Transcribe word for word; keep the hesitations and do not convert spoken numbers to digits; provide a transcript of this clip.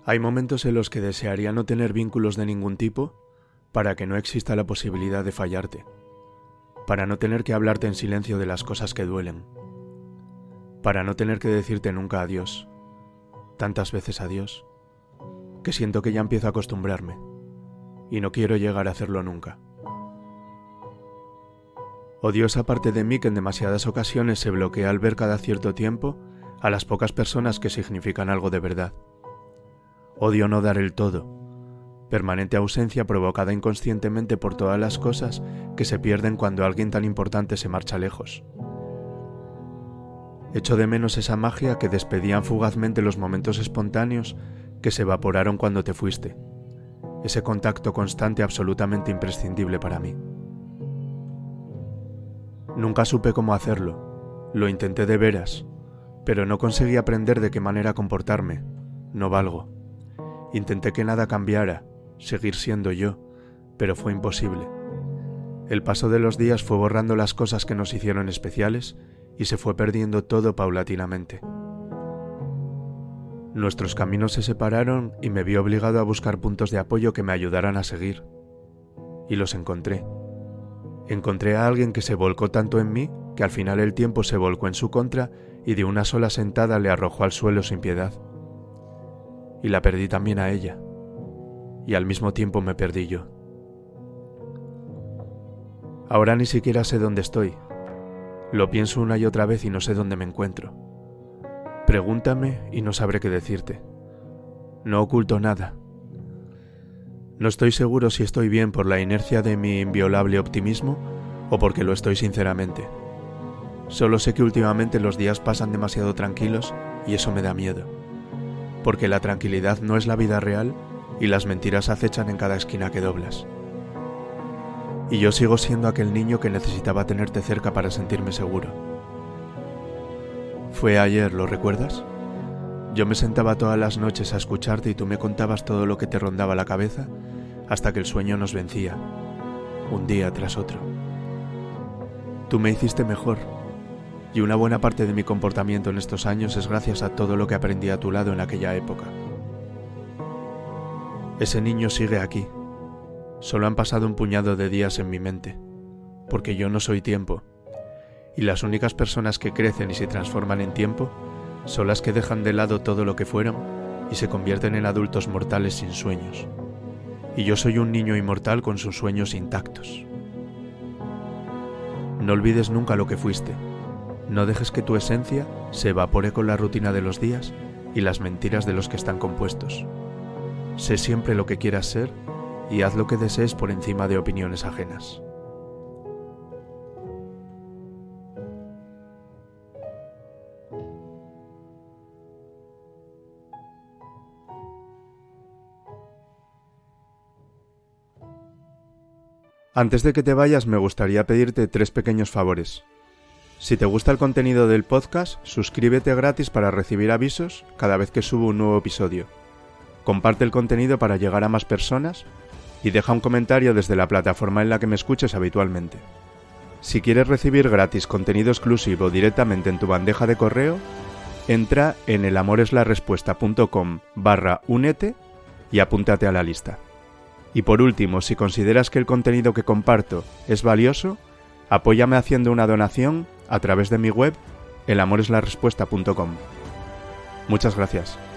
Hay momentos en los que desearía no tener vínculos de ningún tipo para que no exista la posibilidad de fallarte, para no tener que hablarte en silencio de las cosas que duelen, para no tener que decirte nunca adiós, tantas veces adiós, que siento que ya empiezo a acostumbrarme y no quiero llegar a hacerlo nunca. Odio esa parte de mí que en demasiadas ocasiones se bloquea al ver cada cierto tiempo a las pocas personas que significan algo de verdad. Odio no dar el todo, permanente ausencia provocada inconscientemente por todas las cosas que se pierden cuando alguien tan importante se marcha lejos. Echo de menos esa magia que despedían fugazmente los momentos espontáneos que se evaporaron cuando te fuiste, ese contacto constante absolutamente imprescindible para mí. Nunca supe cómo hacerlo, lo intenté de veras, pero no conseguí aprender de qué manera comportarme, no valgo. Intenté que nada cambiara, seguir siendo yo, pero fue imposible. El paso de los días fue borrando las cosas que nos hicieron especiales y se fue perdiendo todo paulatinamente. Nuestros caminos se separaron y me vi obligado a buscar puntos de apoyo que me ayudaran a seguir. Y los encontré. Encontré a alguien que se volcó tanto en mí que al final el tiempo se volcó en su contra y de una sola sentada le arrojó al suelo sin piedad. Y la perdí también a ella. Y al mismo tiempo me perdí yo. Ahora ni siquiera sé dónde estoy. Lo pienso una y otra vez y no sé dónde me encuentro. Pregúntame y no sabré qué decirte. No oculto nada. No estoy seguro si estoy bien por la inercia de mi inviolable optimismo o porque lo estoy sinceramente. Solo sé que últimamente los días pasan demasiado tranquilos y eso me da miedo. Porque la tranquilidad no es la vida real y las mentiras acechan en cada esquina que doblas. Y yo sigo siendo aquel niño que necesitaba tenerte cerca para sentirme seguro. Fue ayer, ¿lo recuerdas? Yo me sentaba todas las noches a escucharte y tú me contabas todo lo que te rondaba la cabeza hasta que el sueño nos vencía, un día tras otro. Tú me hiciste mejor. Y una buena parte de mi comportamiento en estos años es gracias a todo lo que aprendí a tu lado en aquella época. Ese niño sigue aquí. Solo han pasado un puñado de días en mi mente, porque yo no soy tiempo, y las únicas personas que crecen y se transforman en tiempo son las que dejan de lado todo lo que fueron y se convierten en adultos mortales sin sueños. Y yo soy un niño inmortal con sus sueños intactos. No olvides nunca lo que fuiste. No dejes que tu esencia se evapore con la rutina de los días y las mentiras de los que están compuestos. Sé siempre lo que quieras ser y haz lo que desees por encima de opiniones ajenas. Antes de que te vayas, me gustaría pedirte tres pequeños favores. Si te gusta el contenido del podcast, suscríbete gratis para recibir avisos cada vez que subo un nuevo episodio. Comparte el contenido para llegar a más personas y deja un comentario desde la plataforma en la que me escuches habitualmente. Si quieres recibir gratis contenido exclusivo directamente en tu bandeja de correo, entra en elamoreslarespuesta.com barra únete y apúntate a la lista. Y por último, si consideras que el contenido que comparto es valioso, apóyame haciendo una donación a través de mi web elamoreslarespuesta punto com. Muchas gracias.